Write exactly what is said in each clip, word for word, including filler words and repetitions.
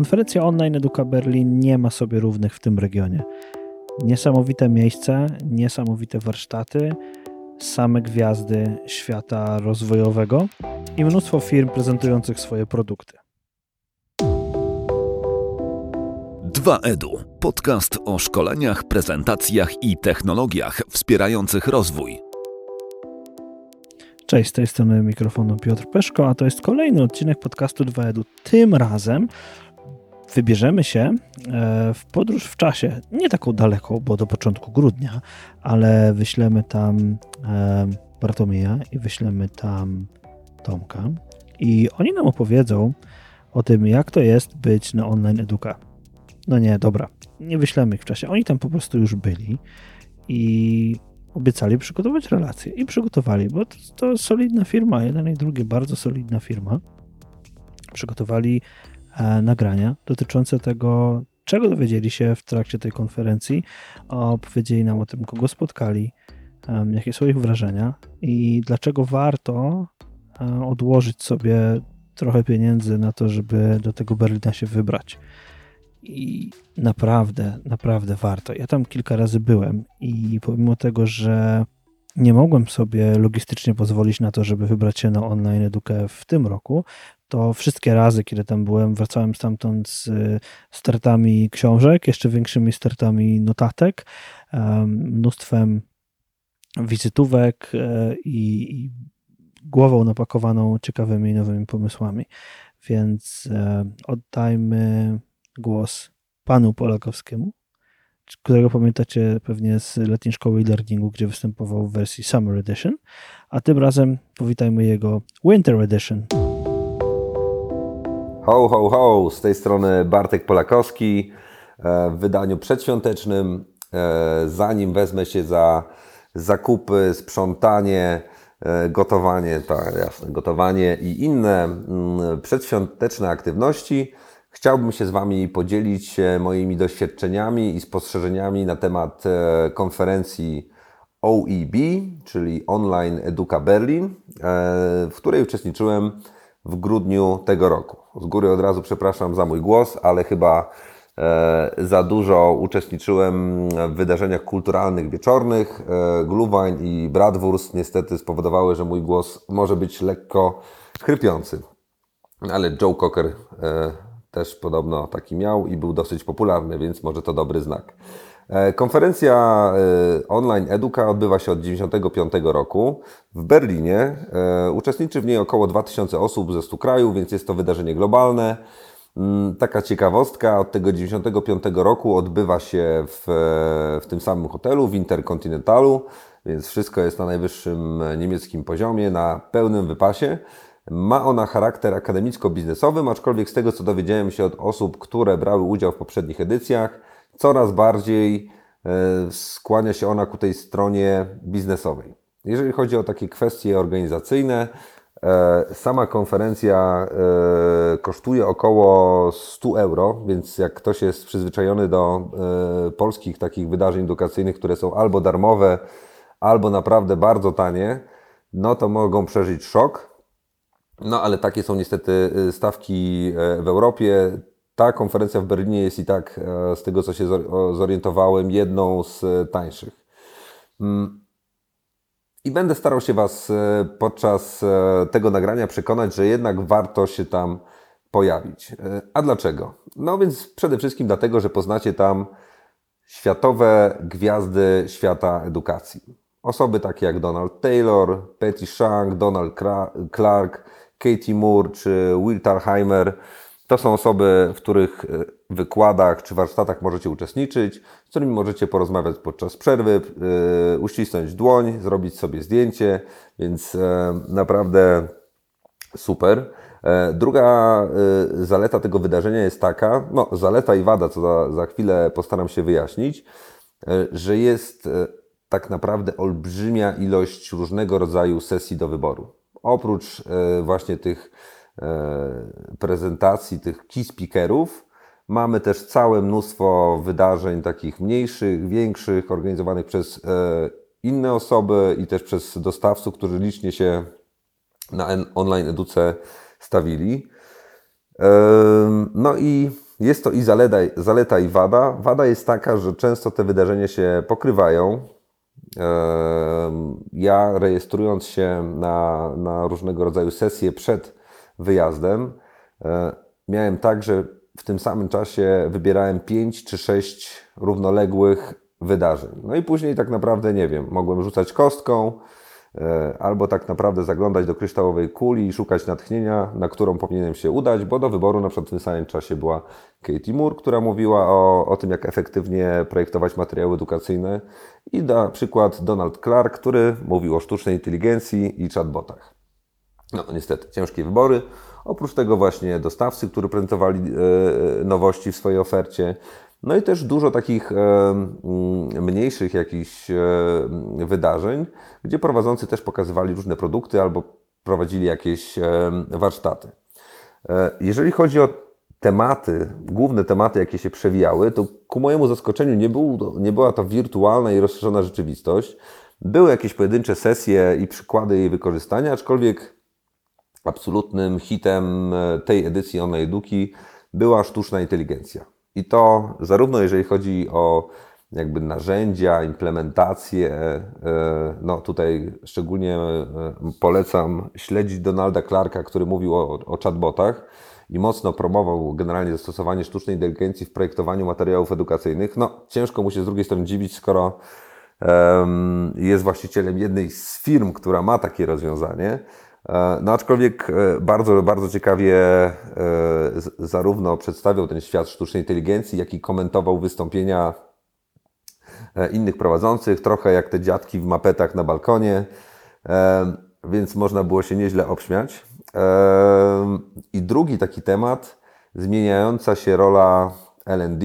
Konferencja online Educa Berlin nie ma sobie równych w tym regionie. Niesamowite miejsce, niesamowite warsztaty, same gwiazdy świata rozwojowego i mnóstwo firm prezentujących swoje produkty. dwa edu. Podcast o szkoleniach, prezentacjach i technologiach wspierających rozwój. Cześć, z tej strony mikrofonu Piotr Peszko, a to jest kolejny odcinek podcastu dwa edu. Tym razem wybierzemy się w podróż w czasie, nie taką daleką, bo do początku grudnia, ale wyślemy tam Bartłomieja i wyślemy tam Tomka i oni nam opowiedzą o tym, jak to jest być na online Educa. No nie, dobra, nie wyślemy ich w czasie, oni tam po prostu już byli i obiecali przygotować relacje i przygotowali, bo to, to solidna firma, jeden i drugi, bardzo solidna firma. Przygotowali e, nagrania dotyczące tego, czego dowiedzieli się w trakcie tej konferencji. Opowiedzieli nam o tym, kogo spotkali, e, jakie są ich wrażenia i dlaczego warto e, odłożyć sobie trochę pieniędzy na to, żeby do tego Berlina się wybrać. I naprawdę, naprawdę warto. Ja tam kilka razy byłem i pomimo tego, że nie mogłem sobie logistycznie pozwolić na to, żeby wybrać się na online Edukę w tym roku, to wszystkie razy, kiedy tam byłem, wracałem stamtąd z stertami książek, jeszcze większymi stertami notatek, mnóstwem wizytówek i, i głową napakowaną ciekawymi nowymi pomysłami. Więc oddajmy głos panu Polakowskiemu, którego pamiętacie pewnie z letniej szkoły e-learningu, gdzie występował w wersji Summer Edition, a tym razem powitajmy jego Winter Edition. Ho, ho, ho! Z tej strony Bartek Polakowski w wydaniu przedświątecznym. Zanim wezmę się za zakupy, sprzątanie, gotowanie, tak jasne, gotowanie i inne przedświąteczne aktywności, chciałbym się z Wami podzielić moimi doświadczeniami i spostrzeżeniami na temat konferencji O E B, czyli Online Educa Berlin, w której uczestniczyłem w grudniu tego roku. Z góry od razu przepraszam za mój głos, ale chyba za dużo uczestniczyłem w wydarzeniach kulturalnych wieczornych. Glühwein i Bratwurst niestety spowodowały, że mój głos może być lekko chrypiący. Ale Joe Cocker też podobno taki miał i był dosyć popularny, więc może to dobry znak. Konferencja Online Educa odbywa się od tysiąc dziewięćset dziewięćdziesiątego piątego roku w Berlinie. Uczestniczy w niej około dwa tysiące osób ze stu krajów, więc jest to wydarzenie globalne. Taka ciekawostka, od tego tysiąc dziewięćset dziewięćdziesiątego piątego roku odbywa się w, w tym samym hotelu, w Intercontinentalu, więc wszystko jest na najwyższym niemieckim poziomie, na pełnym wypasie. Ma ona charakter akademicko-biznesowym, aczkolwiek z tego, co dowiedziałem się od osób, które brały udział w poprzednich edycjach, coraz bardziej skłania się ona ku tej stronie biznesowej. Jeżeli chodzi o takie kwestie organizacyjne, sama konferencja kosztuje około stu euro, więc jak ktoś jest przyzwyczajony do polskich takich wydarzeń edukacyjnych, które są albo darmowe, albo naprawdę bardzo tanie, no to mogą przeżyć szok. No ale takie są niestety stawki w Europie. Ta konferencja w Berlinie jest i tak, z tego co się zorientowałem, jedną z tańszych. I będę starał się Was podczas tego nagrania przekonać, że jednak warto się tam pojawić. A dlaczego? No więc przede wszystkim dlatego, że poznacie tam światowe gwiazdy świata edukacji. Osoby takie jak Donald Taylor, Patty Shank, Donald Clark, Katie Moore czy Will Thalheimer. To są osoby, w których wykładach czy warsztatach możecie uczestniczyć, z którymi możecie porozmawiać podczas przerwy, yy, uścisnąć dłoń, zrobić sobie zdjęcie, więc yy, naprawdę super. Yy, druga yy, zaleta tego wydarzenia jest taka, no zaleta i wada, co za, za chwilę postaram się wyjaśnić, yy, że jest yy, tak naprawdę olbrzymia ilość różnego rodzaju sesji do wyboru. Oprócz yy, właśnie tych prezentacji tych key speakerów mamy też całe mnóstwo wydarzeń takich mniejszych, większych, organizowanych przez inne osoby i też przez dostawców, którzy licznie się na online educe stawili. No i jest to i zaleta, zaleta i wada. Wada jest taka, że często te wydarzenia się pokrywają. Ja rejestrując się na, na różnego rodzaju sesje przed wyjazdem, miałem tak, że w tym samym czasie wybierałem pięć czy sześć równoległych wydarzeń. No i później tak naprawdę, nie wiem, mogłem rzucać kostką, albo tak naprawdę zaglądać do kryształowej kuli i szukać natchnienia, na którą powinienem się udać, bo do wyboru na przykład w tym samym czasie była Katie Moore, która mówiła o, o tym, jak efektywnie projektować materiały edukacyjne, i na przykład Donald Clark, który mówił o sztucznej inteligencji i chatbotach. No niestety, ciężkie wybory. Oprócz tego właśnie dostawcy, którzy prezentowali e, nowości w swojej ofercie. No i też dużo takich e, mniejszych jakichś e, wydarzeń, gdzie prowadzący też pokazywali różne produkty albo prowadzili jakieś e, warsztaty. E, jeżeli chodzi o tematy, główne tematy, jakie się przewijały, to ku mojemu zaskoczeniu nie, był, nie była to wirtualna i rozszerzona rzeczywistość. Były jakieś pojedyncze sesje i przykłady jej wykorzystania, aczkolwiek absolutnym hitem tej edycji Online Eduki była sztuczna inteligencja. I to zarówno jeżeli chodzi o jakby narzędzia, implementacje, no tutaj szczególnie polecam śledzić Donalda Clarka, który mówił o, o chatbotach i mocno promował generalnie zastosowanie sztucznej inteligencji w projektowaniu materiałów edukacyjnych. No ciężko mu się z drugiej strony dziwić, skoro um, jest właścicielem jednej z firm, która ma takie rozwiązanie. No aczkolwiek bardzo, bardzo ciekawie zarówno przedstawiał ten świat sztucznej inteligencji, jak i komentował wystąpienia innych prowadzących, trochę jak te dziadki w mapetach na balkonie, więc można było się nieźle obśmiać. I drugi taki temat, zmieniająca się rola L and D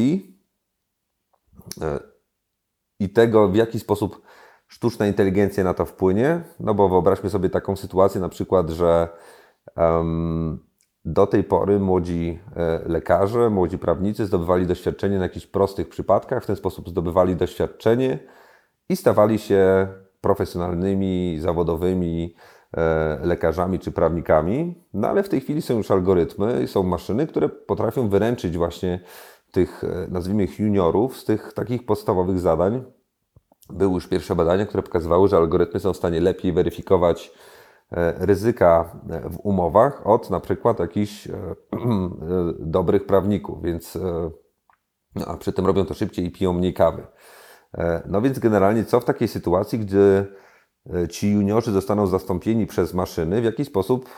i tego, w jaki sposób sztuczna inteligencja na to wpłynie, no bo wyobraźmy sobie taką sytuację na przykład, że um, do tej pory młodzi e, lekarze, młodzi prawnicy zdobywali doświadczenie na jakichś prostych przypadkach, w ten sposób zdobywali doświadczenie i stawali się profesjonalnymi, zawodowymi e, lekarzami czy prawnikami, no ale w tej chwili są już algorytmy i są maszyny, które potrafią wyręczyć właśnie tych, nazwijmy ich juniorów z tych takich podstawowych zadań. Były już pierwsze badania, które pokazywały, że algorytmy są w stanie lepiej weryfikować ryzyka w umowach od na przykład jakichś dobrych prawników, więc no, a przy tym robią to szybciej i piją mniej kawy. No więc generalnie co w takiej sytuacji, gdy ci juniorzy zostaną zastąpieni przez maszyny, w jaki sposób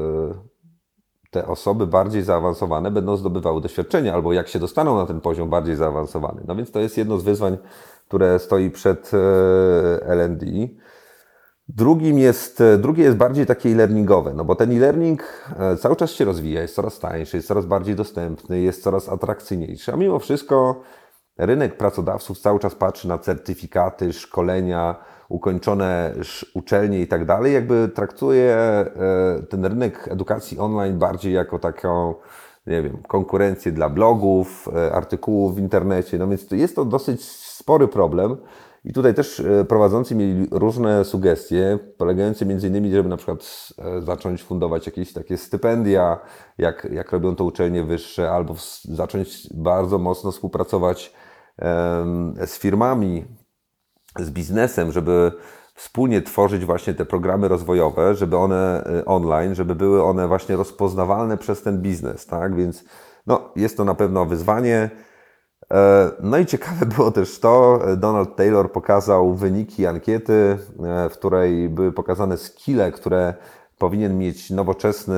te osoby bardziej zaawansowane będą zdobywały doświadczenie, albo jak się dostaną na ten poziom bardziej zaawansowany. No więc to jest jedno z wyzwań, które stoi przed L and D. Drugim jest, drugie jest bardziej takie e-learningowe, no bo ten e-learning cały czas się rozwija, jest coraz tańszy, jest coraz bardziej dostępny, jest coraz atrakcyjniejszy, a mimo wszystko rynek pracodawców cały czas patrzy na certyfikaty, szkolenia, ukończone uczelnie i tak dalej, jakby traktuje ten rynek edukacji online bardziej jako taką, nie wiem, konkurencję dla blogów, artykułów w internecie, no więc jest to dosyć spory problem. I tutaj też prowadzący mieli różne sugestie, polegające między innymi, żeby na przykład zacząć fundować jakieś takie stypendia, jak, jak robią to uczelnie wyższe, albo zacząć bardzo mocno współpracować um, z firmami, z biznesem, żeby wspólnie tworzyć właśnie te programy rozwojowe, żeby one online, żeby były one właśnie rozpoznawalne przez ten biznes, tak? Więc no, jest to na pewno wyzwanie. No i ciekawe było też to, Donald Taylor pokazał wyniki ankiety, w której były pokazane skille, które powinien mieć nowoczesny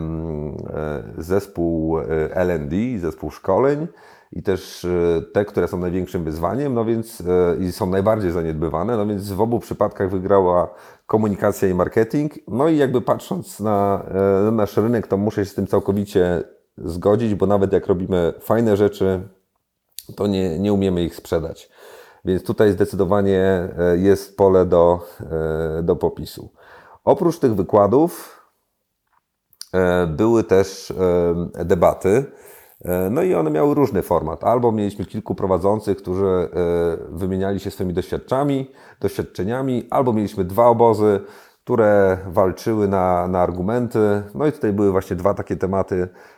zespół L and D, zespół szkoleń i też te, które są największym wyzwaniem, no więc i są najbardziej zaniedbywane, no więc w obu przypadkach wygrała komunikacja i marketing. No i jakby patrząc na, na nasz rynek, to muszę się z tym całkowicie zgodzić, bo nawet jak robimy fajne rzeczy, to nie, nie umiemy ich sprzedać. Więc tutaj zdecydowanie jest pole do, do popisu. Oprócz tych wykładów były też debaty. No i one miały różny format. Albo mieliśmy kilku prowadzących, którzy wymieniali się swoimi doświadczeniami, doświadczeniami, albo mieliśmy dwa obozy, które walczyły na, na argumenty. No i tutaj były właśnie dwa takie tematy.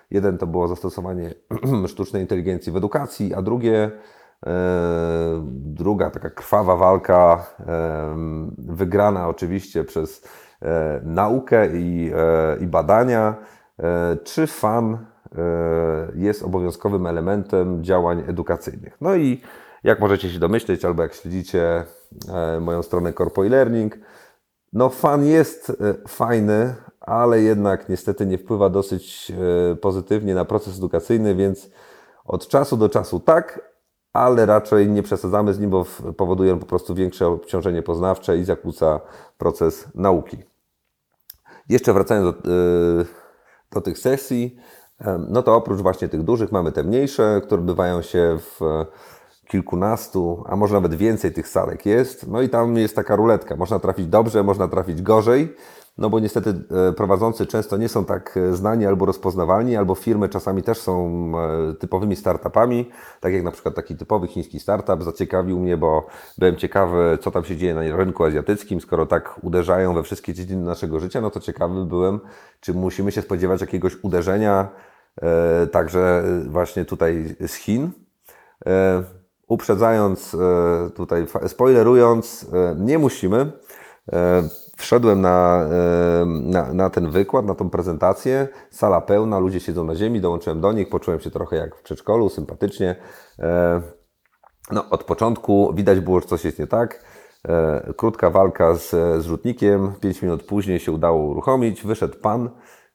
Jeden to było zastosowanie sztucznej inteligencji w edukacji, a drugie, druga taka krwawa walka, wygrana oczywiście przez naukę i, i badania, czy fan jest obowiązkowym elementem działań edukacyjnych. No i jak możecie się domyśleć, albo jak śledzicie moją stronę Corpo e-Learning, no fan jest fajny, ale jednak niestety nie wpływa dosyć pozytywnie na proces edukacyjny, więc od czasu do czasu tak, ale raczej nie przesadzamy z nim, bo powoduje on po prostu większe obciążenie poznawcze i zakłóca proces nauki. Jeszcze wracając do, do tych sesji, no to oprócz właśnie tych dużych mamy te mniejsze, które odbywają się w kilkunastu, a może nawet więcej tych salek jest. No i tam jest taka ruletka. Można trafić dobrze, można trafić gorzej, no bo niestety prowadzący często nie są tak znani albo rozpoznawalni, albo firmy czasami też są typowymi startupami, tak jak na przykład taki typowy chiński startup zaciekawił mnie, bo byłem ciekawy, co tam się dzieje na rynku azjatyckim. Skoro tak uderzają we wszystkie dziedziny naszego życia, no to ciekawy byłem, czy musimy się spodziewać jakiegoś uderzenia e, także właśnie tutaj z Chin. E, uprzedzając, e, tutaj spoilerując, e, nie musimy. E, Wszedłem na, na, na ten wykład, na tą prezentację, sala pełna, ludzie siedzą na ziemi, dołączyłem do nich, poczułem się trochę jak w przedszkolu, sympatycznie. No, od początku widać było, że coś jest nie tak. Krótka walka z, z rzutnikiem, pięć minut później się udało uruchomić, wyszedł pan,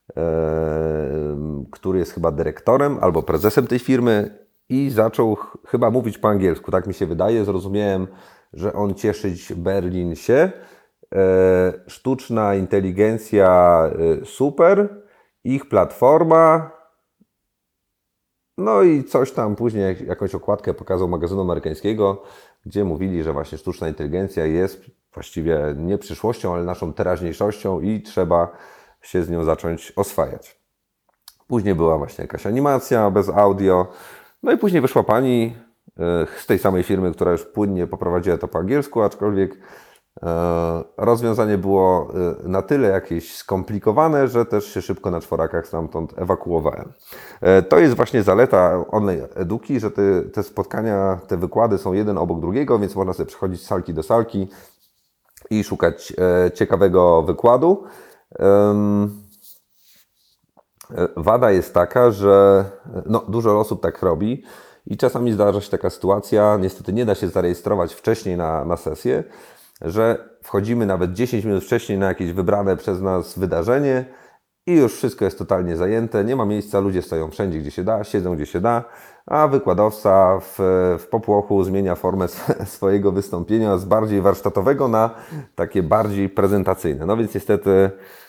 który jest chyba dyrektorem albo prezesem tej firmy i zaczął ch- chyba mówić po angielsku, tak mi się wydaje. Zrozumiałem, że on cieszyć Berlin się. Sztuczna inteligencja super, ich platforma, no i coś tam później, jakąś okładkę pokazał magazynu amerykańskiego, gdzie mówili, że właśnie sztuczna inteligencja jest właściwie nie przyszłością, ale naszą teraźniejszością i trzeba się z nią zacząć oswajać. Później była właśnie jakaś animacja bez audio, no i później wyszła pani z tej samej firmy, która już płynnie poprowadziła to po angielsku, aczkolwiek rozwiązanie było na tyle jakieś skomplikowane, że też się szybko na czworakach stamtąd ewakuowałem. To jest właśnie zaleta online eduki, że te, te spotkania, te wykłady są jeden obok drugiego, więc można sobie przechodzić z salki do salki i szukać ciekawego wykładu. Wada jest taka, że no, dużo osób tak robi i czasami zdarza się taka sytuacja, niestety nie da się zarejestrować wcześniej na, na sesję, że wchodzimy nawet dziesięć minut wcześniej na jakieś wybrane przez nas wydarzenie i już wszystko jest totalnie zajęte, nie ma miejsca, ludzie stoją wszędzie, gdzie się da, siedzą, gdzie się da, a wykładowca w, w popłochu zmienia formę swojego wystąpienia z bardziej warsztatowego na takie bardziej prezentacyjne. No więc niestety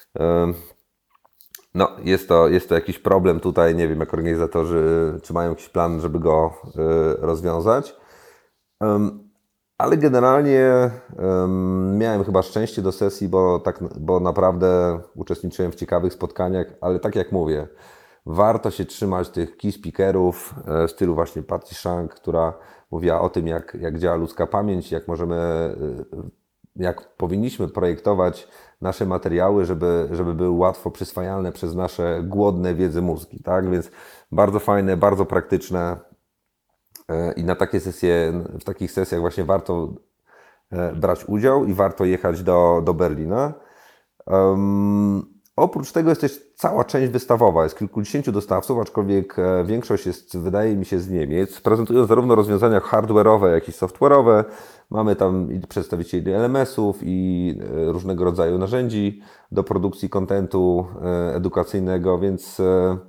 no, jest to, jest to jakiś problem tutaj, nie wiem jak organizatorzy, czy mają jakiś plan, żeby go rozwiązać. Ale generalnie um, miałem chyba szczęście do sesji, bo, tak, bo naprawdę uczestniczyłem w ciekawych spotkaniach, ale tak jak mówię, warto się trzymać tych key speakerów w stylu właśnie Patty Shank, która mówiła o tym, jak, jak działa ludzka pamięć, jak możemy, jak powinniśmy projektować nasze materiały, żeby, żeby były łatwo przyswajalne przez nasze głodne wiedzy mózgi, tak? Więc bardzo fajne, bardzo praktyczne. I na takie sesje, w takich sesjach właśnie warto brać udział i warto jechać do, do Berlina. Um, oprócz tego jest też cała część wystawowa. Jest kilkudziesięciu dostawców, aczkolwiek większość jest, wydaje mi się, z Niemiec. Prezentują zarówno rozwiązania hardware'owe, jak i software'owe. Mamy tam i przedstawicieli L M S-ów i różnego rodzaju narzędzi do produkcji kontentu edukacyjnego, więc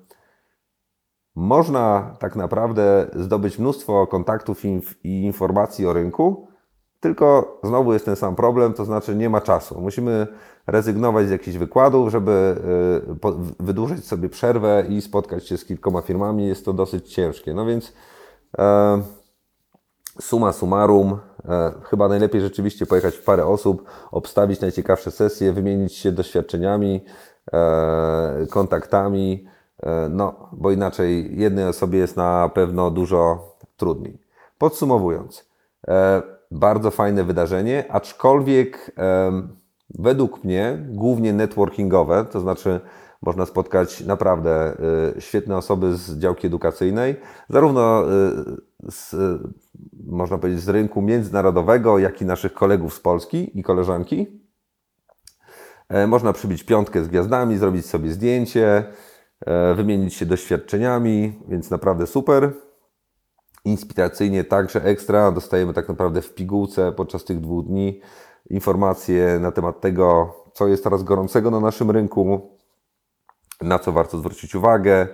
można tak naprawdę zdobyć mnóstwo kontaktów i informacji o rynku, tylko znowu jest ten sam problem, to znaczy nie ma czasu. Musimy rezygnować z jakichś wykładów, żeby wydłużyć sobie przerwę i spotkać się z kilkoma firmami. Jest to dosyć ciężkie. No więc e, summa summarum, e, chyba najlepiej rzeczywiście pojechać w parę osób, obstawić najciekawsze sesje, wymienić się doświadczeniami, e, kontaktami, no, bo inaczej jednej osobie jest na pewno dużo trudniej. Podsumowując, e, bardzo fajne wydarzenie, aczkolwiek e, według mnie głównie networkingowe, to znaczy można spotkać naprawdę świetne osoby z działki edukacyjnej, zarówno z, można powiedzieć, z rynku międzynarodowego, jak i naszych kolegów z Polski i koleżanki. Można przybić piątkę z gwiazdami, zrobić sobie zdjęcie, wymienić się doświadczeniami, więc naprawdę super. Inspiracyjnie także ekstra, dostajemy tak naprawdę w pigułce podczas tych dwóch dni informacje na temat tego, co jest teraz gorącego na naszym rynku, na co warto zwrócić uwagę,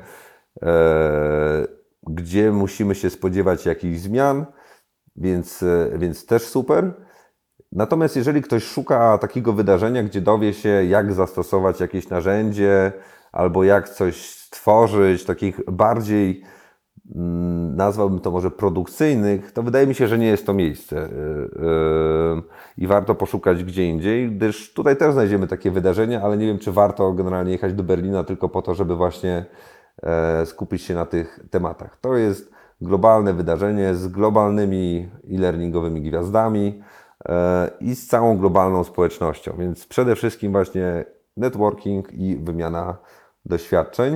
gdzie musimy się spodziewać jakichś zmian, więc, więc też super. Natomiast jeżeli ktoś szuka takiego wydarzenia, gdzie dowie się, jak zastosować jakieś narzędzie albo jak coś stworzyć, takich bardziej, nazwałbym to może produkcyjnych, to wydaje mi się, że nie jest to miejsce i warto poszukać gdzie indziej, gdyż tutaj też znajdziemy takie wydarzenia, ale nie wiem, czy warto generalnie jechać do Berlina tylko po to, żeby właśnie skupić się na tych tematach. To jest globalne wydarzenie z globalnymi e-learningowymi gwiazdami i z całą globalną społecznością, więc przede wszystkim właśnie networking i wymiana doświadczeń.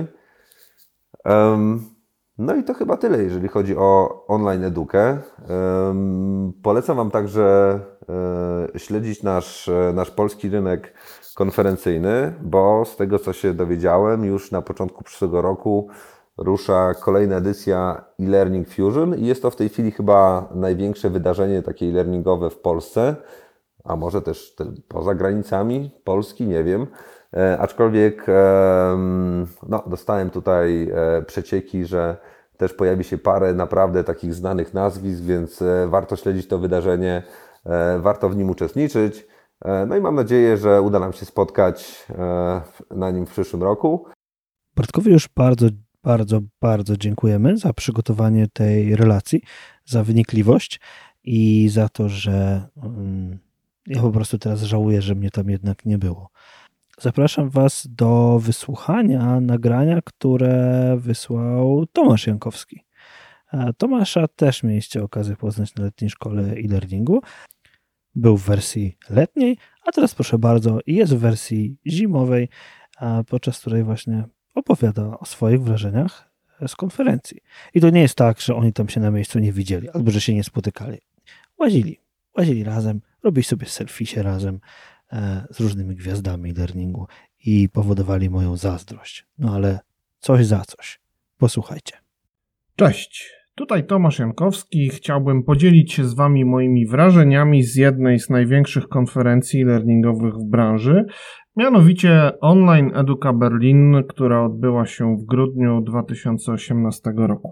No i to chyba tyle, jeżeli chodzi o online edukę. Polecam Wam także śledzić nasz, nasz polski rynek konferencyjny, bo z tego, co się dowiedziałem, już na początku przyszłego roku rusza kolejna edycja e-Learning Fusion i jest to w tej chwili chyba największe wydarzenie takie e-learningowe w Polsce, a może też poza granicami Polski, nie wiem. E, aczkolwiek e, no, dostałem tutaj e, przecieki, że też pojawi się parę naprawdę takich znanych nazwisk, więc e, warto śledzić to wydarzenie, e, warto w nim uczestniczyć. E, no i mam nadzieję, że uda nam się spotkać e, na nim w przyszłym roku. Bartkowi już bardzo Bardzo, bardzo dziękujemy za przygotowanie tej relacji, za wynikliwość i za to, że um, ja po prostu teraz żałuję, że mnie tam jednak nie było. Zapraszam Was do wysłuchania nagrania, które wysłał Tomasz Jankowski. Tomasza też mieliście okazję poznać na letniej szkole e-learningu. Był w wersji letniej, a teraz proszę bardzo, jest w wersji zimowej, podczas której właśnie opowiada o swoich wrażeniach z konferencji. I to nie jest tak, że oni tam się na miejscu nie widzieli, albo że się nie spotykali. Łazili, łazili razem, robili sobie selfisie razem e, z różnymi gwiazdami e-learningu i powodowali moją zazdrość. No ale coś za coś. Posłuchajcie. Cześć, tutaj Tomasz Jankowski. Chciałbym podzielić się z Wami moimi wrażeniami z jednej z największych konferencji e-learningowych w branży, mianowicie Online Educa Berlin, która odbyła się w grudniu dwa tysiące osiemnastego roku.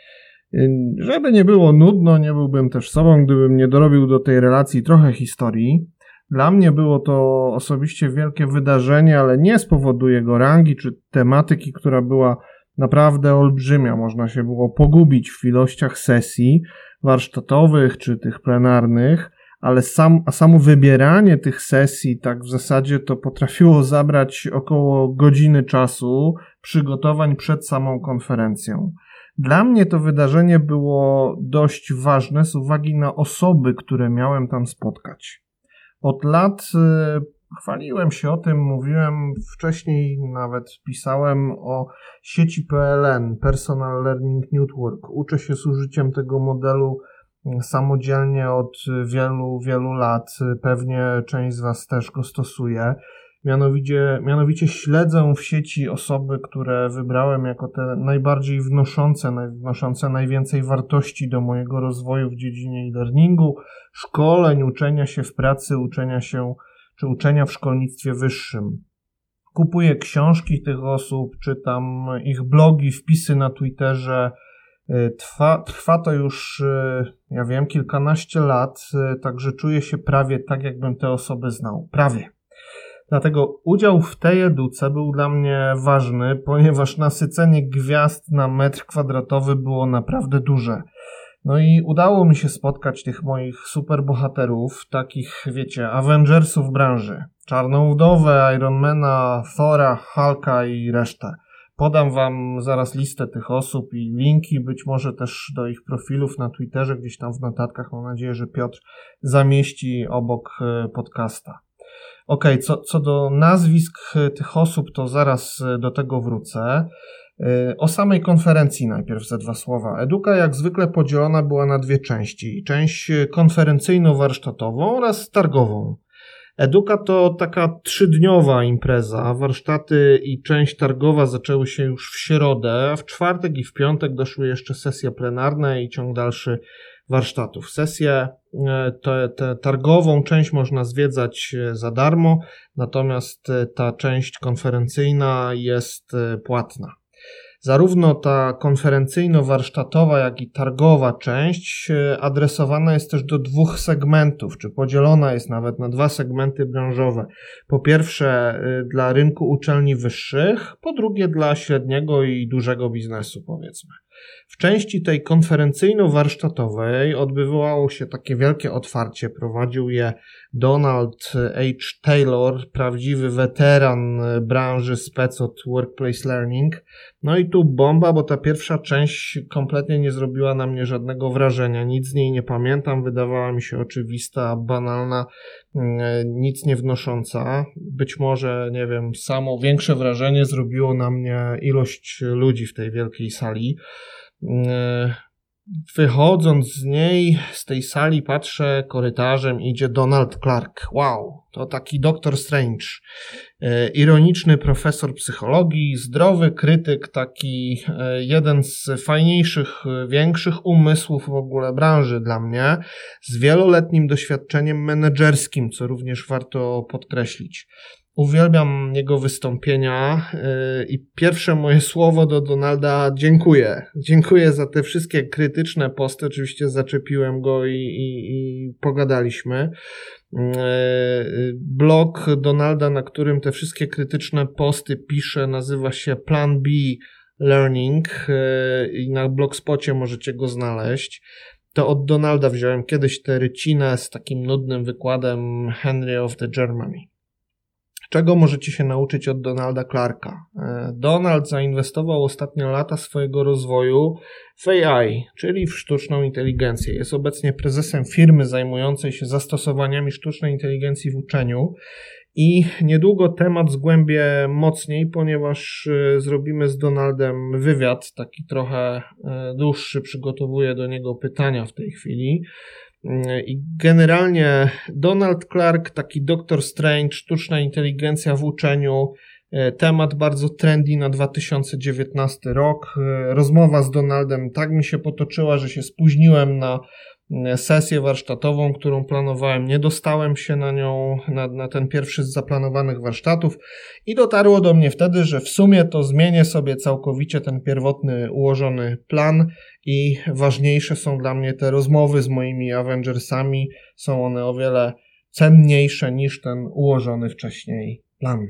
Żeby nie było nudno, nie byłbym też sobą, gdybym nie dorobił do tej relacji trochę historii. Dla mnie było to osobiście wielkie wydarzenie, ale nie z powodu jego rangi czy tematyki, która była naprawdę olbrzymia. Można się było pogubić w ilościach sesji warsztatowych czy tych plenarnych, ale sam, a samo wybieranie tych sesji tak w zasadzie to potrafiło zabrać około godziny czasu przygotowań przed samą konferencją. Dla mnie to wydarzenie było dość ważne z uwagi na osoby, które miałem tam spotkać. Od lat y, chwaliłem się o tym, mówiłem wcześniej, nawet pisałem o sieci P L N, Personal Learning Network. Uczę się z użyciem tego modelu samodzielnie od wielu, wielu lat. Pewnie część z Was też go stosuje. Mianowicie, mianowicie śledzę w sieci osoby, które wybrałem jako te najbardziej wnoszące, wnoszące najwięcej wartości do mojego rozwoju w dziedzinie e-learningu, szkoleń, uczenia się w pracy, uczenia się czy uczenia w szkolnictwie wyższym. Kupuję książki tych osób, czytam ich blogi, wpisy na Twitterze. Trwa, trwa to już, ja wiem, kilkanaście lat, także czuję się prawie tak, jakbym te osoby znał. Prawie. Dlatego udział w tej educe był dla mnie ważny, ponieważ nasycenie gwiazd na metr kwadratowy było naprawdę duże. No i udało mi się spotkać tych moich superbohaterów, takich, wiecie, Avengersów branży. Czarną Wdowę, Ironmana, Thora, Hulka i resztę. Podam Wam zaraz listę tych osób i linki, być może też do ich profilów na Twitterze, gdzieś tam w notatkach. Mam nadzieję, że Piotr zamieści obok podcasta. Okej, okay, co, co do nazwisk tych osób, to zaraz do tego wrócę. O samej konferencji najpierw ze dwa słowa. Eduka jak zwykle podzielona była na dwie części. Część konferencyjno-warsztatową oraz targową. Eduka to taka trzydniowa impreza. Warsztaty i część targowa zaczęły się już w środę. W czwartek i w piątek doszły jeszcze sesje plenarne i ciąg dalszy warsztatów. Sesję tę targową część można zwiedzać za darmo, natomiast ta część konferencyjna jest płatna. Zarówno ta konferencyjno-warsztatowa, jak i targowa część adresowana jest też do dwóch segmentów, czy podzielona jest nawet na dwa segmenty branżowe. Po pierwsze dla rynku uczelni wyższych, po drugie dla średniego i dużego biznesu, powiedzmy. W części tej konferencyjno-warsztatowej odbywało się takie wielkie otwarcie. Prowadził je Donald H. Taylor, prawdziwy weteran branży spec od Workplace Learning. No i tu bomba, bo ta pierwsza część kompletnie nie zrobiła na mnie żadnego wrażenia. Nic z niej nie pamiętam, wydawała mi się oczywista, banalna, nic nie wnosząca. Być może, nie wiem, samo większe wrażenie zrobiło na mnie ilość ludzi w tej wielkiej sali. Wychodząc z niej, z tej sali, patrzę, korytarzem idzie Donald Clark. Wow, to taki doktor Strange. Ironiczny profesor psychologii, zdrowy krytyk, taki jeden z fajniejszych, większych umysłów w ogóle branży dla mnie, z wieloletnim doświadczeniem menedżerskim, co również warto podkreślić. Uwielbiam jego wystąpienia yy, i pierwsze moje słowo do Donalda: dziękuję. Dziękuję za te wszystkie krytyczne posty. Oczywiście zaczepiłem go i, i, i pogadaliśmy. Yy, blog Donalda, na którym te wszystkie krytyczne posty pisze, nazywa się Plan B Learning yy, i na Blogspocie możecie go znaleźć. To od Donalda wziąłem kiedyś tę rycinę z takim nudnym wykładem Henry of the Germany. Czego możecie się nauczyć od Donalda Clarka? Donald zainwestował ostatnie lata swojego rozwoju w A I, czyli w sztuczną inteligencję. Jest obecnie prezesem firmy zajmującej się zastosowaniami sztucznej inteligencji w uczeniu i niedługo temat zgłębię mocniej, ponieważ zrobimy z Donaldem wywiad, taki trochę dłuższy, przygotowuję do niego pytania w tej chwili. I generalnie Donald Clark, taki doktor Strange, sztuczna inteligencja w uczeniu, temat bardzo trendy na dwa tysiące dziewiętnasty rok. Rozmowa z Donaldem tak mi się potoczyła, że się spóźniłem na sesję warsztatową, którą planowałem. Nie dostałem się na nią, na, na ten pierwszy z zaplanowanych warsztatów i dotarło do mnie wtedy, że w sumie to zmienię sobie całkowicie ten pierwotny ułożony plan i ważniejsze są dla mnie te rozmowy z moimi Avengersami. Są one o wiele cenniejsze niż ten ułożony wcześniej plan.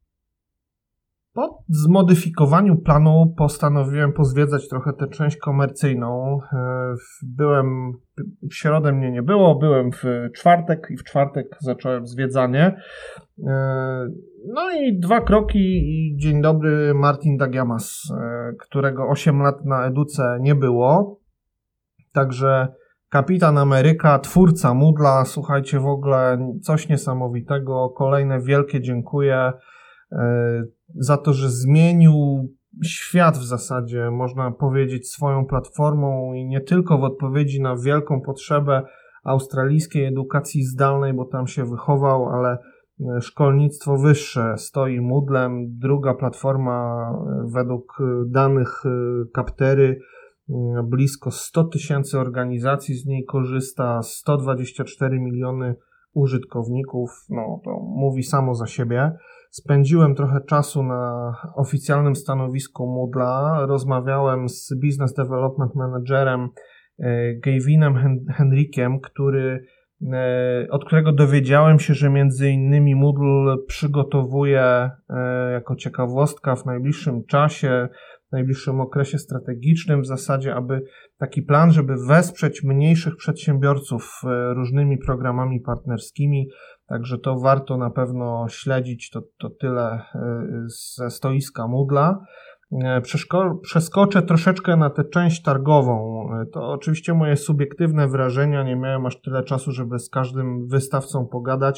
Po zmodyfikowaniu planu postanowiłem pozwiedzać trochę tę część komercyjną. Byłem, w środę mnie nie było, byłem w czwartek i w czwartek zacząłem zwiedzanie. No i dwa kroki i dzień dobry Martin Dagiamas, którego osiem lat na Educe nie było. Także Kapitan Ameryka, twórca Moodla, słuchajcie, w ogóle coś niesamowitego. Kolejne wielkie dziękuję za to, że zmienił świat w zasadzie, można powiedzieć, swoją platformą i nie tylko w odpowiedzi na wielką potrzebę australijskiej edukacji zdalnej, bo tam się wychował, ale szkolnictwo wyższe stoi Moodlem. Druga platforma według danych Captery, blisko sto tysięcy organizacji z niej korzysta, sto dwadzieścia cztery miliony użytkowników, no to mówi samo za siebie. Spędziłem trochę czasu na oficjalnym stanowisku Moodla, rozmawiałem z Business Development Managerem Gavinem Henrikiem, który, od którego dowiedziałem się, że między innymi Moodle przygotowuje jako ciekawostka w najbliższym czasie, w najbliższym okresie strategicznym w zasadzie, aby taki plan, żeby wesprzeć mniejszych przedsiębiorców różnymi programami partnerskimi. Także to warto na pewno śledzić, to, to tyle ze stoiska Moodla. Przeszko- przeskoczę troszeczkę na tę część targową. To oczywiście moje subiektywne wrażenia, nie miałem aż tyle czasu, żeby z każdym wystawcą pogadać.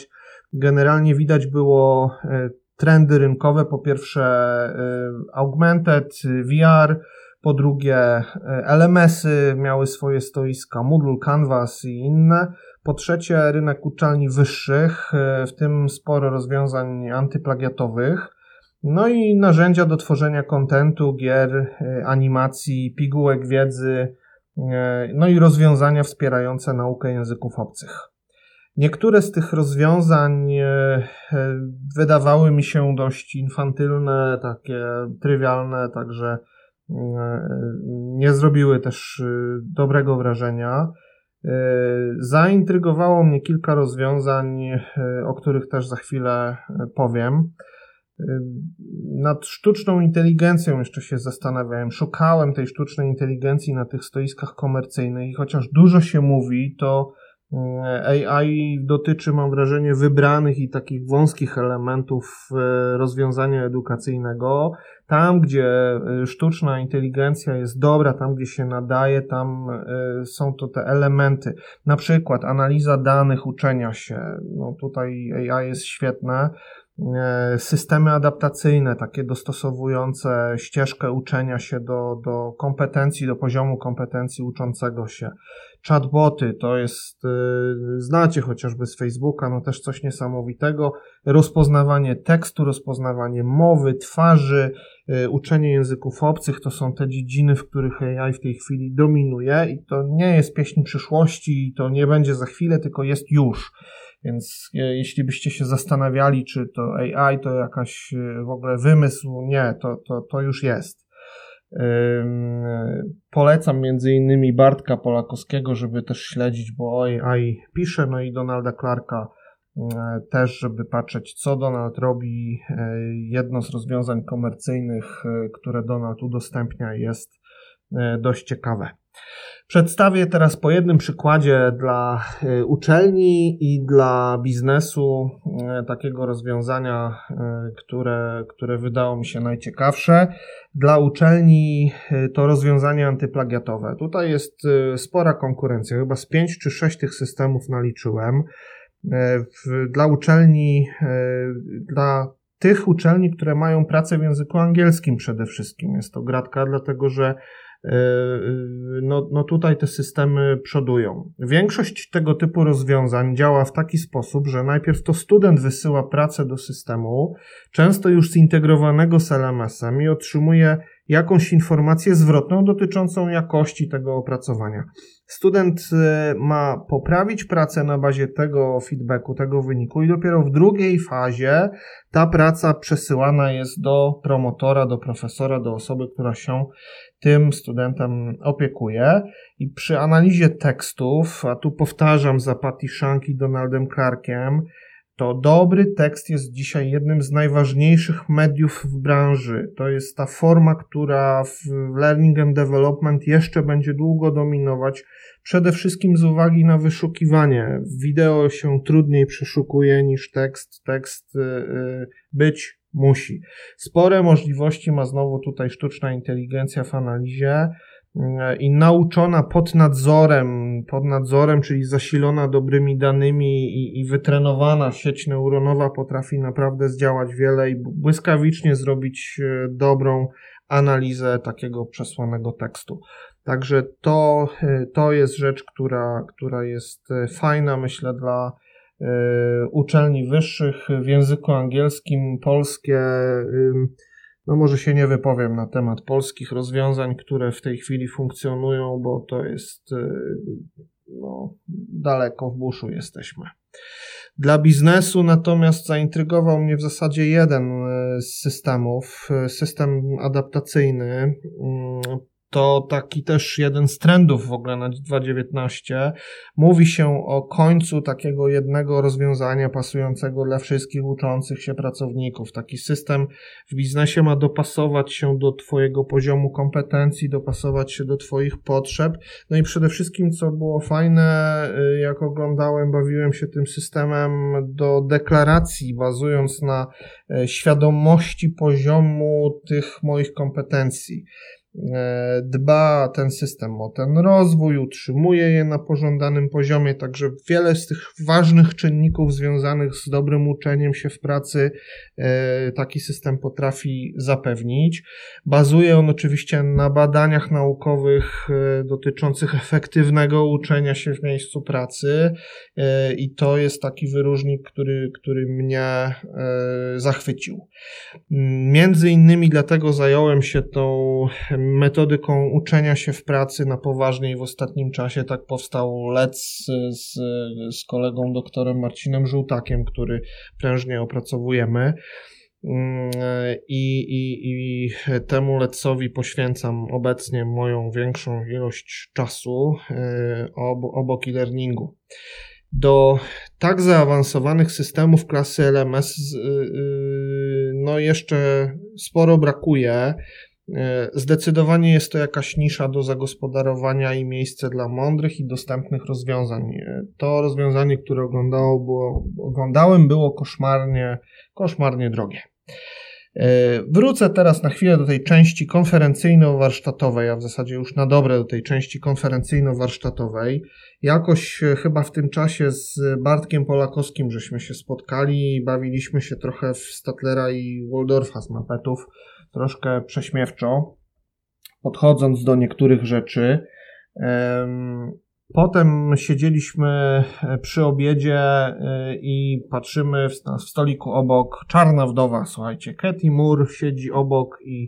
generalnie widać było trendy rynkowe, po pierwsze augmented, V R, po drugie L M S-y miały swoje stoiska, Moodle, Canvas i inne. Po trzecie rynek uczelni wyższych, w tym sporo rozwiązań antyplagiatowych. No i narzędzia do tworzenia kontentu, gier, animacji, pigułek wiedzy, no i rozwiązania wspierające naukę języków obcych. Niektóre z tych rozwiązań wydawały mi się dość infantylne, takie trywialne, także nie zrobiły też dobrego wrażenia. Zaintrygowało mnie kilka rozwiązań, o których też za chwilę powiem. Nad sztuczną inteligencją jeszcze się zastanawiałem. Szukałem tej sztucznej inteligencji na tych stoiskach komercyjnych i chociaż dużo się mówi, to A I dotyczy, mam wrażenie, wybranych i takich wąskich elementów rozwiązania edukacyjnego. Tam, gdzie sztuczna inteligencja jest dobra, tam, gdzie się nadaje, tam są to te elementy. Na przykład analiza danych uczenia się. No tutaj A I jest świetne. Systemy adaptacyjne, takie dostosowujące ścieżkę uczenia się do, do kompetencji, do poziomu kompetencji uczącego się. Chatboty to jest, znacie chociażby z Facebooka, no też coś niesamowitego. Rozpoznawanie tekstu, rozpoznawanie mowy, twarzy, uczenie języków obcych to są te dziedziny, w których A I w tej chwili dominuje i to nie jest pieśń przyszłości i to nie będzie za chwilę, tylko jest już. Więc jeśli byście się zastanawiali, czy to A I to jakaś w ogóle wymysł, nie, to, to, to już jest. Ym, polecam między innymi Bartka Polakowskiego, żeby też śledzić, bo o A I pisze, no i Donalda Clarka y, też, żeby patrzeć, co Donald robi. Y, jedno z rozwiązań komercyjnych, y, które Donald udostępnia, jest y, dość ciekawe. Przedstawię teraz po jednym przykładzie dla uczelni i dla biznesu takiego rozwiązania, które, które wydało mi się najciekawsze. Dla uczelni to rozwiązanie antyplagiatowe. Tutaj jest spora konkurencja, chyba z pięć czy sześć tych systemów naliczyłem. Dla uczelni, dla tych uczelni, które mają pracę w języku angielskim przede wszystkim jest to gratka, dlatego że No, no tutaj te systemy przodują. Większość tego typu rozwiązań działa w taki sposób, że najpierw to student wysyła pracę do systemu, często już zintegrowanego z L M S-em i otrzymuje jakąś informację zwrotną dotyczącą jakości tego opracowania. Student ma poprawić pracę na bazie tego feedbacku, tego wyniku i dopiero w drugiej fazie ta praca przesyłana jest do promotora, do profesora, do osoby, która się tym studentem opiekuje. I przy analizie tekstów, a tu powtarzam za Patty Shank i Donaldem Clarkiem, to dobry tekst jest dzisiaj jednym z najważniejszych mediów w branży. To jest ta forma, która w Learning and Development jeszcze będzie długo dominować, przede wszystkim z uwagi na wyszukiwanie. Wideo się trudniej przeszukuje niż tekst. Tekst yy, być musi. Spore możliwości ma znowu tutaj sztuczna inteligencja w analizie i nauczona pod nadzorem, pod nadzorem, czyli zasilona dobrymi danymi i, i wytrenowana sieć neuronowa potrafi naprawdę zdziałać wiele i błyskawicznie zrobić dobrą analizę takiego przesłanego tekstu. Także to, to jest rzecz, która, która jest fajna, myślę, dla y, uczelni wyższych w języku angielskim, polskie. Y, No może się nie wypowiem na temat polskich rozwiązań, które w tej chwili funkcjonują, bo to jest no, daleko w buszu jesteśmy. Dla biznesu natomiast zaintrygował mnie w zasadzie jeden z systemów, system adaptacyjny. To taki też jeden z trendów w ogóle na dwa tysiące dziewiętnaście. Mówi się o końcu takiego jednego rozwiązania pasującego dla wszystkich uczących się pracowników. Taki system w biznesie ma dopasować się do twojego poziomu kompetencji, dopasować się do twoich potrzeb. No i przede wszystkim, co było fajne, jak oglądałem, bawiłem się tym systemem do deklaracji, bazując na świadomości poziomu tych moich kompetencji. dba ten system o ten rozwój, utrzymuje je na pożądanym poziomie, także wiele z tych ważnych czynników związanych z dobrym uczeniem się w pracy taki system potrafi zapewnić. Bazuje on oczywiście na badaniach naukowych dotyczących efektywnego uczenia się w miejscu pracy i to jest taki wyróżnik, który, który mnie zachwycił. Między innymi dlatego zająłem się tą metodyką uczenia się w pracy na poważnie i w ostatnim czasie. Tak powstał L E C z, z kolegą doktorem Marcinem Żółtakiem, który prężnie opracowujemy. I, i, i temu L E C-owi poświęcam obecnie moją większą ilość czasu obok e-learningu. Do tak zaawansowanych systemów klasy L M S no jeszcze sporo brakuje. Zdecydowanie jest to jakaś nisza do zagospodarowania i miejsce dla mądrych i dostępnych rozwiązań. To rozwiązanie, które oglądało, było, oglądałem, było koszmarnie, koszmarnie drogie. Wrócę teraz na chwilę do tej części konferencyjno-warsztatowej, a w zasadzie już na dobre do tej części konferencyjno-warsztatowej. Jakoś chyba w tym czasie z Bartkiem Polakowskim żeśmy się spotkali i bawiliśmy się trochę w Statlera i Waldorfa z Muppetów, troszkę prześmiewczo, podchodząc do niektórych rzeczy. Potem siedzieliśmy przy obiedzie i patrzymy w, w stoliku obok, czarna wdowa, słuchajcie, Katie Moore siedzi obok i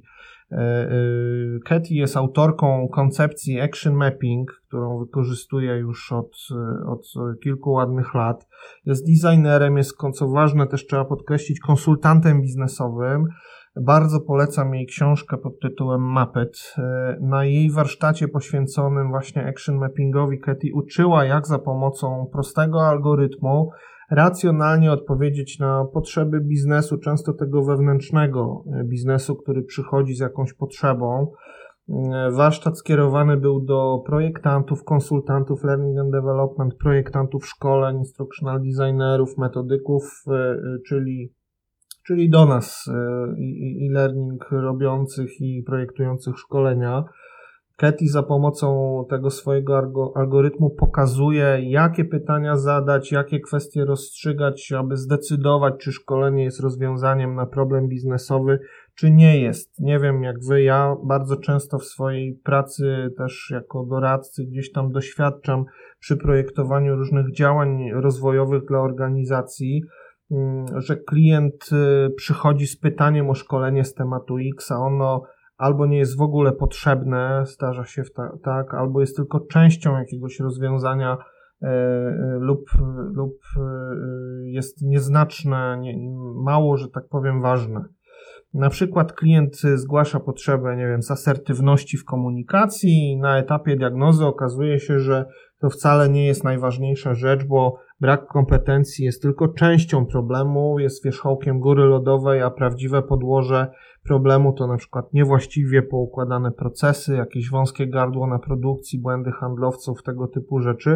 Katie jest autorką koncepcji Action Mapping, którą wykorzystuje już od, od kilku ładnych lat. Jest designerem, jest, co ważne też trzeba podkreślić, konsultantem biznesowym. Bardzo polecam jej książkę pod tytułem Muppet. Na jej warsztacie poświęconym właśnie action mappingowi Katie uczyła, jak za pomocą prostego algorytmu racjonalnie odpowiedzieć na potrzeby biznesu, często tego wewnętrznego biznesu, który przychodzi z jakąś potrzebą. Warsztat skierowany był do projektantów, konsultantów learning and development, projektantów szkoleń, instructional designerów, metodyków, czyli czyli do nas e-learning robiących i projektujących szkolenia. Katie za pomocą tego swojego algorytmu pokazuje, jakie pytania zadać, jakie kwestie rozstrzygać, aby zdecydować, czy szkolenie jest rozwiązaniem na problem biznesowy, czy nie jest. Nie wiem jak wy, ja bardzo często w swojej pracy też jako doradcy gdzieś tam doświadczam przy projektowaniu różnych działań rozwojowych dla organizacji, że klient przychodzi z pytaniem o szkolenie z tematu X, a ono albo nie jest w ogóle potrzebne, zdarza się ta, tak, albo jest tylko częścią jakiegoś rozwiązania e, lub, lub jest nieznaczne, nie, mało, że tak powiem, ważne. Na przykład klient zgłasza potrzebę, nie wiem, z asertywności w komunikacji i na etapie diagnozy okazuje się, że to wcale nie jest najważniejsza rzecz, bo brak kompetencji jest tylko częścią problemu, jest wierzchołkiem góry lodowej, a prawdziwe podłoże problemu to na przykład niewłaściwie poukładane procesy, jakieś wąskie gardło na produkcji, błędy handlowców, tego typu rzeczy.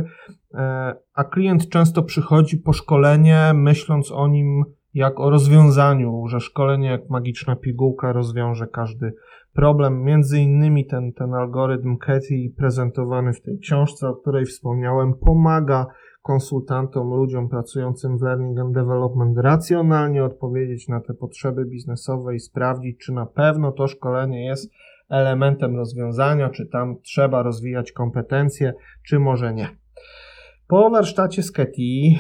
A klient często przychodzi po szkolenie, myśląc o nim jak o rozwiązaniu, że szkolenie jak magiczna pigułka rozwiąże każdy problem. Między innymi ten, ten algorytm Katie prezentowany w tej książce, o której wspomniałem, pomaga konsultantom, ludziom pracującym w Learning and Development racjonalnie odpowiedzieć na te potrzeby biznesowe i sprawdzić, czy na pewno to szkolenie jest elementem rozwiązania, czy tam trzeba rozwijać kompetencje, czy może nie. Po warsztacie z Katie yy,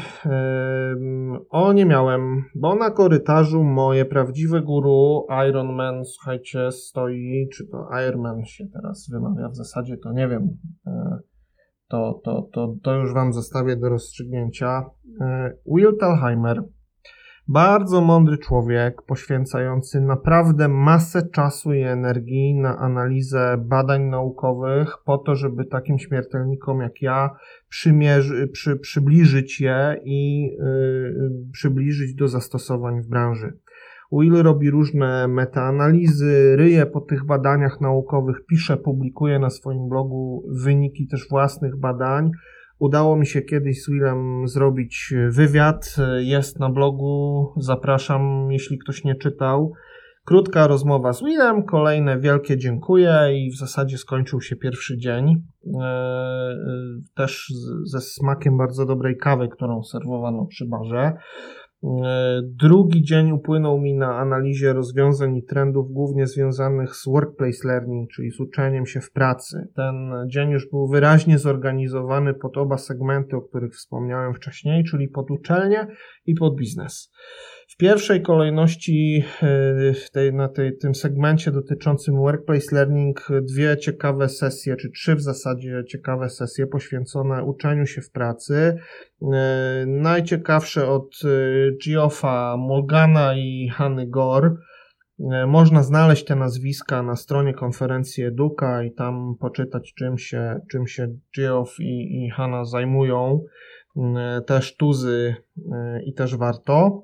o nie miałem, bo na korytarzu moje prawdziwe guru Ironman, słuchajcie, stoi, czy to Ironman się teraz wymawia w zasadzie, to nie wiem, yy, to, to, to, to już wam zostawię do rozstrzygnięcia. Yy, Will Thalheimer, bardzo mądry człowiek, poświęcający naprawdę masę czasu i energii na analizę badań naukowych po to, żeby takim śmiertelnikom jak ja przymierzy, przy, przybliżyć je i yy, przybliżyć do zastosowań w branży. Will robi różne metaanalizy, ryje po tych badaniach naukowych, pisze, publikuje na swoim blogu wyniki też własnych badań. Udało mi się kiedyś z Willem zrobić wywiad, jest na blogu, zapraszam, jeśli ktoś nie czytał. Krótka rozmowa z Willem, kolejne wielkie dziękuję i w zasadzie skończył się pierwszy dzień. Też ze smakiem bardzo dobrej kawy, którą serwowano przy barze. Drugi dzień upłynął mi na analizie rozwiązań i trendów głównie związanych z workplace learning, czyli z uczeniem się w pracy. Ten dzień już był wyraźnie zorganizowany pod oba segmenty, o których wspomniałem wcześniej, czyli pod uczelnię i pod biznes. W pierwszej kolejności w tej, na tej, tym segmencie dotyczącym workplace learning dwie ciekawe sesje, czy trzy w zasadzie ciekawe sesje poświęcone uczeniu się w pracy. Najciekawsze od Geoffa Morgana i Hanny Gore. Można znaleźć te nazwiska na stronie konferencji Eduka i tam poczytać, czym się, czym się Geoff i, i Hanna zajmują. Też tuzy i też warto.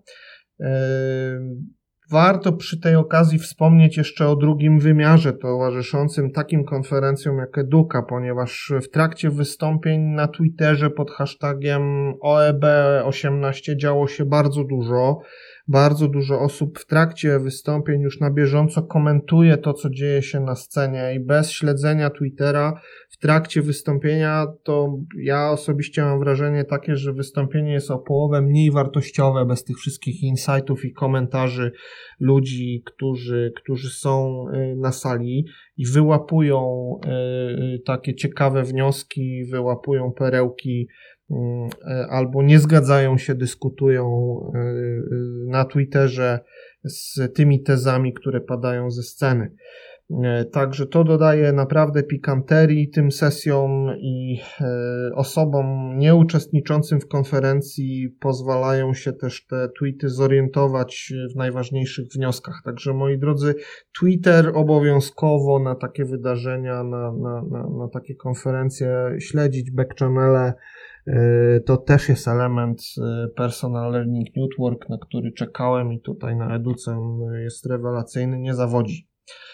Warto przy tej okazji wspomnieć jeszcze o drugim wymiarze towarzyszącym takim konferencjom jak Eduka, ponieważ w trakcie wystąpień na Twitterze pod hashtagiem O E B osiemnaście działo się bardzo dużo. Bardzo dużo osób w trakcie wystąpień już na bieżąco komentuje to, co dzieje się na scenie i bez śledzenia Twittera w trakcie wystąpienia to ja osobiście mam wrażenie takie, że wystąpienie jest o połowę mniej wartościowe bez tych wszystkich insightów i komentarzy ludzi, którzy, którzy są na sali i wyłapują takie ciekawe wnioski, wyłapują perełki albo nie zgadzają się, dyskutują na Twitterze z tymi tezami, które padają ze sceny. Także to dodaje naprawdę pikanterii tym sesjom i osobom nieuczestniczącym w konferencji pozwalają się też te tweety zorientować w najważniejszych wnioskach. Także moi drodzy, Twitter obowiązkowo na takie wydarzenia, na, na, na, na takie konferencje śledzić, backchannele. To też jest element Personal Learning Network, na który czekałem i tutaj na Educe jest rewelacyjny, nie zawodzi.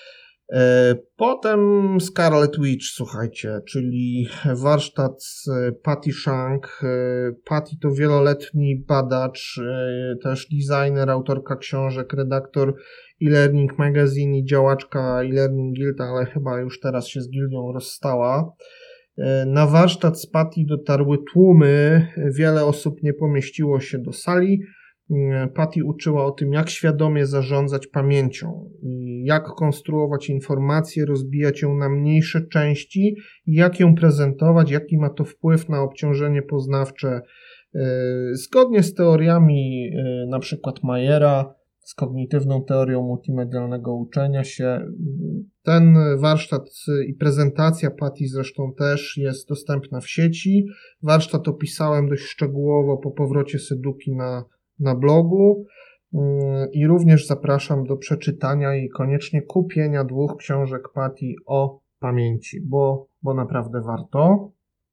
Potem Scarlet Witch, słuchajcie, czyli warsztat Patty Shank. Patty to wieloletni badacz, też designer, autorka książek, redaktor e-Learning Magazine i działaczka e-Learning Guild, ale chyba już teraz się z gildią rozstała. Na warsztat z Patty dotarły tłumy, wiele osób nie pomieściło się do sali. Patty uczyła o tym, jak świadomie zarządzać pamięcią i jak konstruować informacje, rozbijać ją na mniejsze części i jak ją prezentować, jaki ma to wpływ na obciążenie poznawcze. Zgodnie z teoriami na przykład Mayera, z kognitywną teorią multimedialnego uczenia się, ten warsztat i prezentacja Patty zresztą też jest dostępna w sieci. Warsztat opisałem dość szczegółowo po powrocie z Eduki na na blogu i również zapraszam do przeczytania i koniecznie kupienia dwóch książek Patty o pamięci, bo, bo naprawdę warto.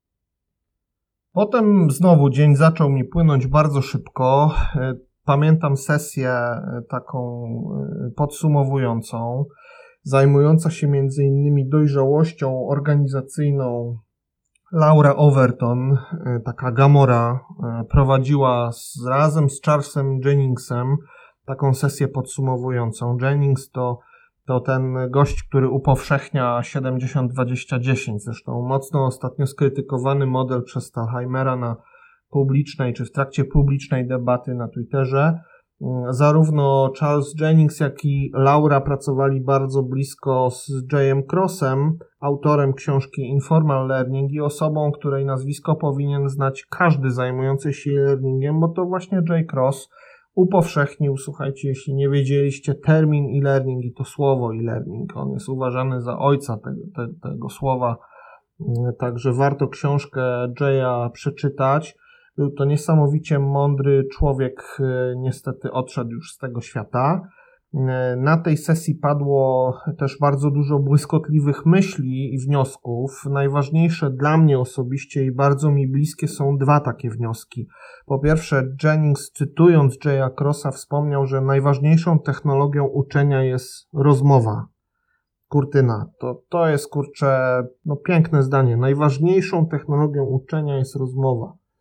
Potem znowu dzień zaczął mi płynąć bardzo szybko. Pamiętam sesję taką podsumowującą, zajmująca się między innymi dojrzałością organizacyjną. Laura Overton, taka Gamora, prowadziła z, razem z Charlesem Jenningsem taką sesję podsumowującą. Jennings to, to ten gość, który upowszechnia siedemdziesiąt dwadzieścia dziesięć, zresztą mocno ostatnio skrytykowany model przez Stalheimera na publicznej, czy w trakcie publicznej debaty na Twitterze. Zarówno Charles Jennings, jak i Laura pracowali bardzo blisko z Jayem Crossem, autorem książki Informal Learning i osobą, której nazwisko powinien znać każdy zajmujący się e-learningiem, bo to właśnie Jay Cross upowszechnił, słuchajcie, jeśli nie wiedzieliście, termin e-learning i to słowo e-learning. On jest uważany za ojca tego, te, tego słowa, także warto książkę Jaya przeczytać. Był to niesamowicie mądry człowiek, niestety odszedł już z tego świata. Na tej sesji padło też bardzo dużo błyskotliwych myśli i wniosków. Najważniejsze dla mnie osobiście i bardzo mi bliskie są dwa takie wnioski. Po pierwsze, Jennings, cytując Jaya Crossa, wspomniał, że najważniejszą technologią uczenia jest rozmowa. Kurtyna. To, to jest, kurczę, no piękne zdanie. Najważniejszą technologią uczenia jest rozmowa.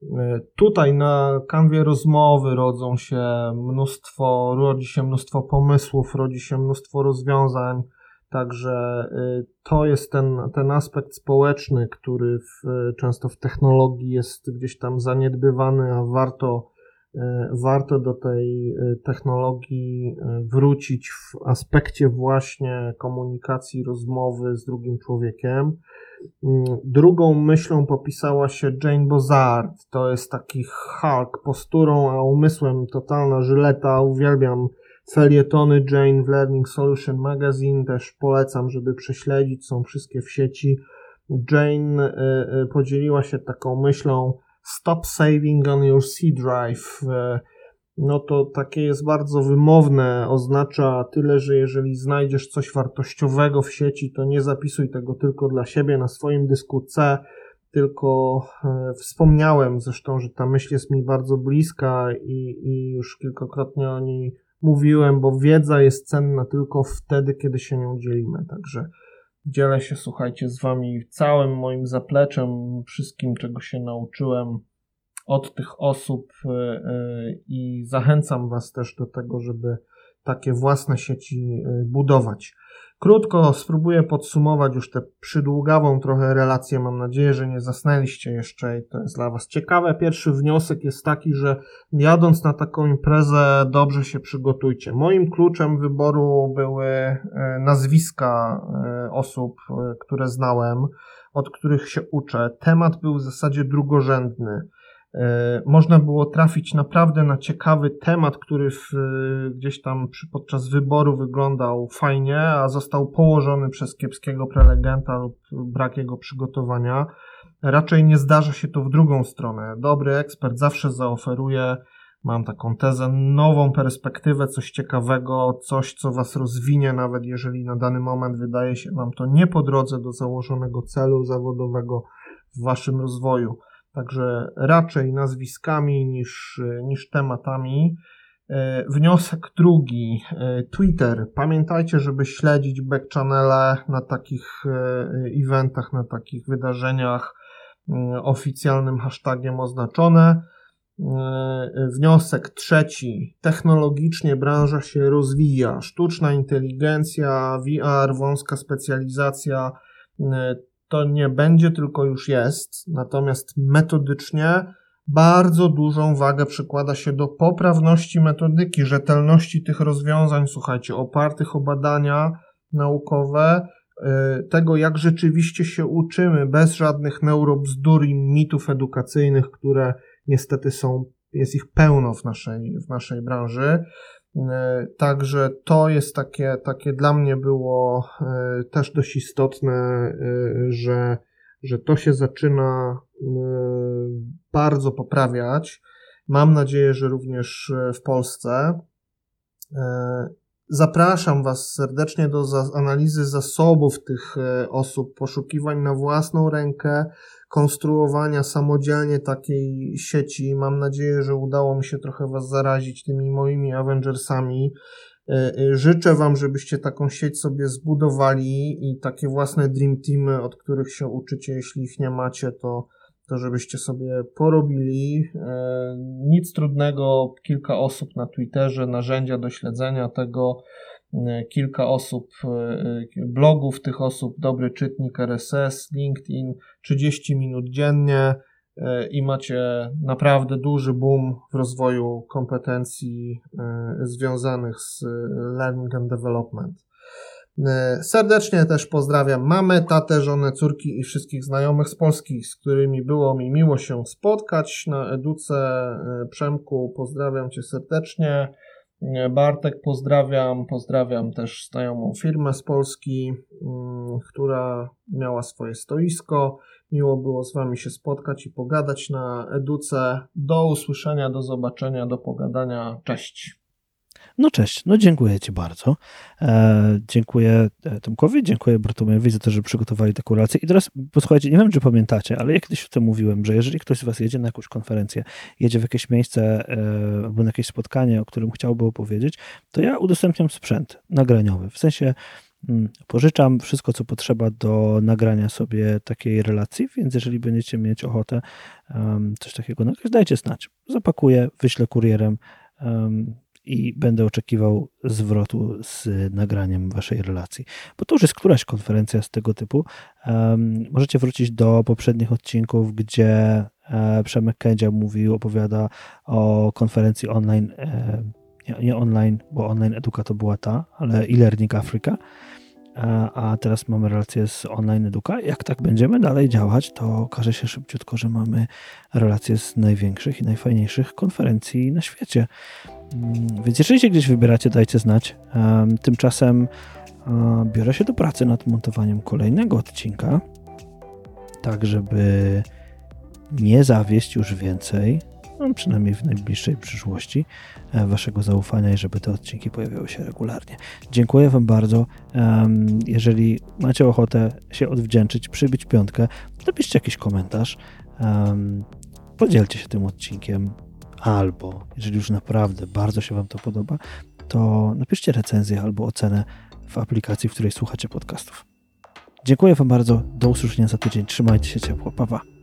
Tutaj na kanwie rozmowy rodzą się mnóstwo, rodzi się mnóstwo pomysłów, rodzi się mnóstwo rozwiązań, także to jest ten, ten aspekt społeczny, który w, często w technologii jest gdzieś tam zaniedbywany, a warto, warto do tej technologii wrócić w aspekcie właśnie komunikacji, rozmowy z drugim człowiekiem. Drugą myślą popisała się Jane Bozard. To jest taki Hulk posturą, a umysłem totalna żyleta. Uwielbiam felietony Jane w Learning Solution Magazine. Też polecam, żeby prześledzić. Są wszystkie w sieci. Jane y, y, podzieliła się taką myślą: stop saving on your C drive. Y, no to takie jest bardzo wymowne, oznacza tyle, że jeżeli znajdziesz coś wartościowego w sieci, to nie zapisuj tego tylko dla siebie na swoim dysku C, tylko e, wspomniałem zresztą, że ta myśl jest mi bardzo bliska i, i już kilkakrotnie o niej mówiłem, bo wiedza jest cenna tylko wtedy, kiedy się nią dzielimy, także dzielę się, słuchajcie, z wami całym moim zapleczem, wszystkim, czego się nauczyłem od tych osób i zachęcam was też do tego, żeby takie własne sieci budować. Krótko spróbuję podsumować już tę przydługawą trochę relację. Mam nadzieję, że nie zasnęliście jeszcze i to jest dla was ciekawe. Pierwszy wniosek jest taki, że jadąc na taką imprezę dobrze się przygotujcie. Moim kluczem wyboru były nazwiska osób, które znałem, od których się uczę. Temat był w zasadzie drugorzędny. Można było trafić naprawdę na ciekawy temat, który w, gdzieś tam przy, podczas wyboru wyglądał fajnie, a został położony przez kiepskiego prelegenta lub brak jego przygotowania. Raczej nie zdarza się to w drugą stronę. Dobry ekspert zawsze zaoferuje, mam taką tezę, nową perspektywę, coś ciekawego, coś, co was rozwinie, nawet jeżeli na dany moment wydaje się wam to nie po drodze do założonego celu zawodowego w waszym rozwoju. Także raczej nazwiskami niż, niż tematami. Wniosek drugi. Twitter. Pamiętajcie, żeby śledzić backchannele na takich eventach, na takich wydarzeniach oficjalnym hashtagiem oznaczone. Wniosek trzeci. Technologicznie branża się rozwija. Sztuczna inteligencja, V R, wąska specjalizacja. To nie będzie, tylko już jest. Natomiast metodycznie bardzo dużą wagę przykłada się do poprawności metodyki, rzetelności tych rozwiązań, słuchajcie, opartych o badania naukowe, tego jak rzeczywiście się uczymy, bez żadnych neurobzdur i mitów edukacyjnych, które niestety są, jest ich pełno w naszej, w naszej branży. Także to jest takie, takie dla mnie było też dość istotne, że, że to się zaczyna bardzo poprawiać. Mam nadzieję, że również w Polsce. Zapraszam was serdecznie do analizy zasobów tych osób, poszukiwań na własną rękę, konstruowania samodzielnie takiej sieci. Mam nadzieję, że udało mi się trochę was zarazić tymi moimi Avengersami. Życzę wam, żebyście taką sieć sobie zbudowali i takie własne dream teamy, od których się uczycie. Jeśli ich nie macie, to, to żebyście sobie porobili. Nic trudnego, kilka osób na Twitterze, narzędzia do śledzenia tego, kilka osób, blogów tych osób, dobry czytnik R S S, LinkedIn, trzydzieści minut dziennie i macie naprawdę duży boom w rozwoju kompetencji związanych z learning and development. Serdecznie też pozdrawiam mamę, tatę, żonę, córki i wszystkich znajomych z Polski, z którymi było mi miło się spotkać na Educe. Przemku, pozdrawiam cię serdecznie. Bartek, pozdrawiam. Pozdrawiam też znajomą firmę z Polski, która miała swoje stoisko. Miło było z wami się spotkać i pogadać na Educe. Do usłyszenia, do zobaczenia, do pogadania. Cześć. No cześć, no dziękuję ci bardzo. E, dziękuję Tomkowi, dziękuję Bartłomiejowi za to, że przygotowali taką relację. I teraz posłuchajcie, nie wiem, czy pamiętacie, ale ja kiedyś o tym mówiłem, że jeżeli ktoś z was jedzie na jakąś konferencję, jedzie w jakieś miejsce e, albo na jakieś spotkanie, o którym chciałby opowiedzieć, to ja udostępniam sprzęt nagraniowy. W sensie pożyczam wszystko, co potrzeba do nagrania sobie takiej relacji, więc jeżeli będziecie mieć ochotę um, coś takiego nagrać, dajcie znać. Zapakuję, wyślę kurierem um, i będę oczekiwał zwrotu z nagraniem waszej relacji. Bo to już jest któraś konferencja z tego typu. Um, możecie wrócić do poprzednich odcinków, gdzie e, Przemek Kędzia mówił, opowiada o konferencji online, e, nie, nie online, bo online eduka to była ta, ale e-learning Africa. A teraz mamy relację z Online Educa. Jak tak będziemy dalej działać, to okaże się szybciutko, że mamy relacje z największych i najfajniejszych konferencji na świecie. Więc jeżeli się gdzieś wybieracie, dajcie znać. Tymczasem biorę się do pracy nad montowaniem kolejnego odcinka, tak żeby nie zawieść już więcej, no przynajmniej w najbliższej przyszłości, waszego zaufania i żeby te odcinki pojawiały się regularnie. Dziękuję wam bardzo. Jeżeli macie ochotę się odwdzięczyć, przybić piątkę, napiszcie jakiś komentarz, podzielcie się tym odcinkiem, albo jeżeli już naprawdę bardzo się wam to podoba, to napiszcie recenzję albo ocenę w aplikacji, w której słuchacie podcastów. Dziękuję wam bardzo. Do usłyszenia za tydzień. Trzymajcie się ciepło. Pa, pa.